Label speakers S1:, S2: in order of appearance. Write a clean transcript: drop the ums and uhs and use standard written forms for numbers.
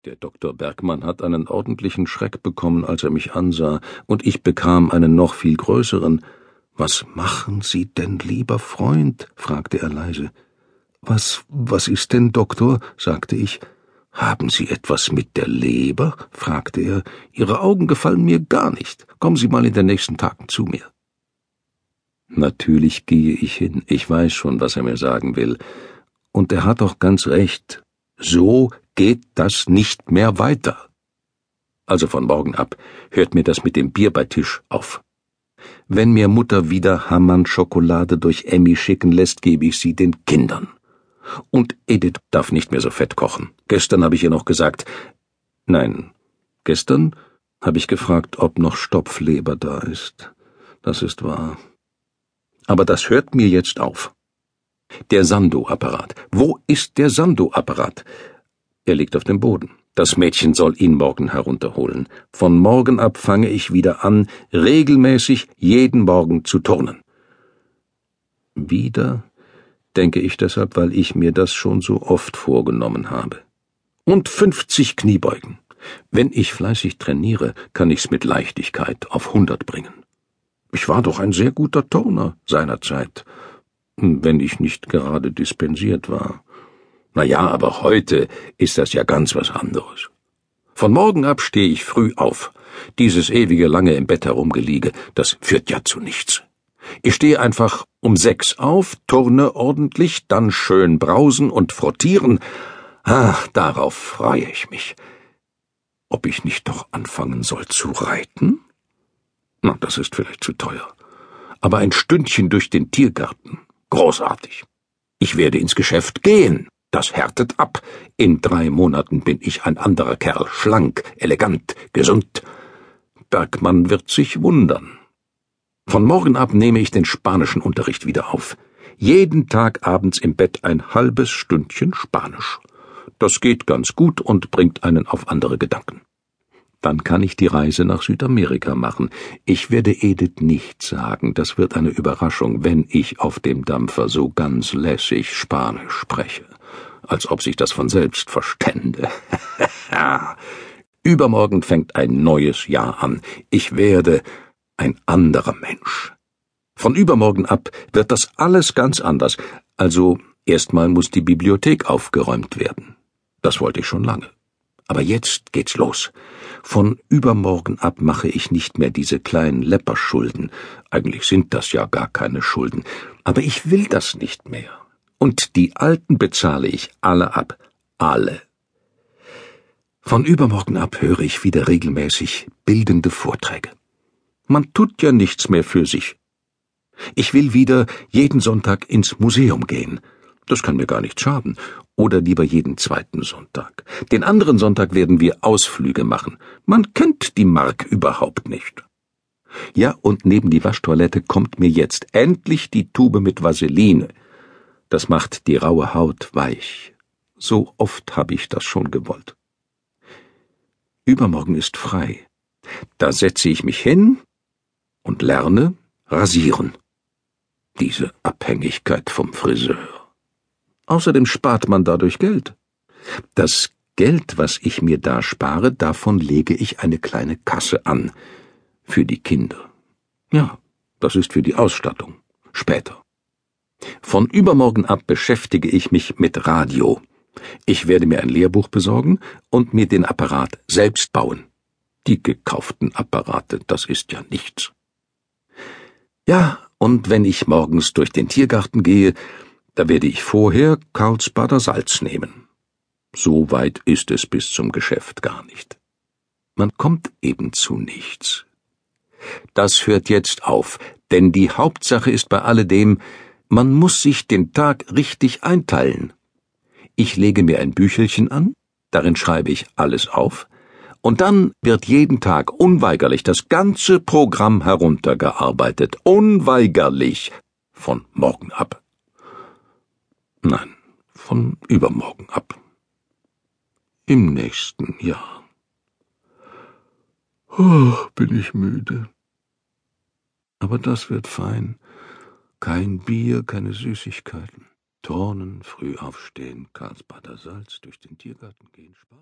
S1: Der Dr. Bergmann hat einen ordentlichen Schreck bekommen, als er mich ansah, und ich bekam einen noch viel größeren. »Was machen Sie denn, lieber Freund?« fragte er leise. Was ist denn, Doktor?« sagte ich. »Haben Sie etwas mit der Leber?« fragte er. »Ihre Augen gefallen mir gar nicht. Kommen Sie mal in den nächsten Tagen zu mir.« Natürlich gehe ich hin. Ich weiß schon, was er mir sagen will. Und er hat doch ganz recht. So geht das nicht mehr weiter. Also von morgen ab hört mir das mit dem Bier bei Tisch auf. Wenn mir Mutter wieder Hammann-Schokolade durch Emmy schicken lässt, gebe ich sie den Kindern. Und Edith darf nicht mehr so fett kochen. Gestern habe ich ihr noch gesagt, gestern habe ich gefragt, ob noch Stopfleber da ist. Das ist wahr. Aber das hört mir jetzt auf. Der Sandow-Apparat. Wo ist der Sandow-Apparat? Er liegt auf dem Boden. Das Mädchen soll ihn morgen herunterholen. Von morgen ab fange ich wieder an, regelmäßig jeden Morgen zu turnen. Wieder, denke ich deshalb, weil ich mir das schon so oft vorgenommen habe. Und 50 Kniebeugen. Wenn ich fleißig trainiere, kann ich's mit Leichtigkeit auf 100 bringen. Ich war doch ein sehr guter Turner seinerzeit, wenn ich nicht gerade dispensiert war. Na ja, aber heute ist das ja ganz was anderes. Von morgen ab stehe ich früh auf. Dieses ewige lange im Bett herumgeliege, das führt ja zu nichts. Ich stehe einfach um 6 auf, turne ordentlich, dann schön brausen und frottieren. Darauf freue ich mich. Ob ich nicht doch anfangen soll zu reiten? Na, das ist vielleicht zu teuer. Aber ein Stündchen durch den Tiergarten, großartig. Ich werde ins Geschäft gehen. Das härtet ab. In 3 Monaten bin ich ein anderer Kerl, schlank, elegant, gesund. Bergmann wird sich wundern. Von morgen ab nehme ich den spanischen Unterricht wieder auf. Jeden Tag abends im Bett ein halbes Stündchen Spanisch. Das geht ganz gut und bringt einen auf andere Gedanken. Dann kann ich die Reise nach Südamerika machen. Ich werde Edith nicht sagen, das wird eine Überraschung, wenn ich auf dem Dampfer so ganz lässig Spanisch spreche. Als ob sich das von selbst verstände. Übermorgen fängt ein neues Jahr an. Ich werde ein anderer Mensch. Von übermorgen ab wird das alles ganz anders. Also erstmal muss die Bibliothek aufgeräumt werden. Das wollte ich schon lange. Aber jetzt geht's los. Von übermorgen ab mache ich nicht mehr diese kleinen Lepperschulden. Eigentlich sind das ja gar keine Schulden. Aber ich will das nicht mehr. Und die alten bezahle ich alle ab. Alle. Von übermorgen ab höre ich wieder regelmäßig bildende Vorträge. Man tut ja nichts mehr für sich. Ich will wieder jeden Sonntag ins Museum gehen. Das kann mir gar nicht schaden. Oder lieber jeden 2. Sonntag. Den anderen Sonntag werden wir Ausflüge machen. Man kennt die Mark überhaupt nicht. Ja, und neben die Waschtoilette kommt mir jetzt endlich die Tube mit Vaseline. Das macht die raue Haut weich. So oft habe ich das schon gewollt. Übermorgen ist frei. Da setze ich mich hin und lerne rasieren. Diese Abhängigkeit vom Friseur. Außerdem spart man dadurch Geld. Das Geld, was ich mir da spare, davon lege ich eine kleine Kasse an. Für die Kinder. Ja, das ist für die Ausstattung. Später. Von übermorgen ab beschäftige ich mich mit Radio. Ich werde mir ein Lehrbuch besorgen und mir den Apparat selbst bauen. Die gekauften Apparate, das ist ja nichts. Ja, und wenn ich morgens durch den Tiergarten gehe, da werde ich vorher Karlsbader Salz nehmen. So weit ist es bis zum Geschäft gar nicht. Man kommt eben zu nichts. Das hört jetzt auf, denn die Hauptsache ist bei alledem, man muss sich den Tag richtig einteilen. Ich lege mir ein Büchelchen an, darin schreibe ich alles auf, und dann wird jeden Tag unweigerlich das ganze Programm heruntergearbeitet. Unweigerlich. Von morgen ab. Nein, von übermorgen ab. Im nächsten Jahr. Bin ich müde. Aber das wird fein. Kein Bier, keine Süßigkeiten. Turnen, früh aufstehen, Karlsbader Salz, durch den Tiergarten gehen, Spaß.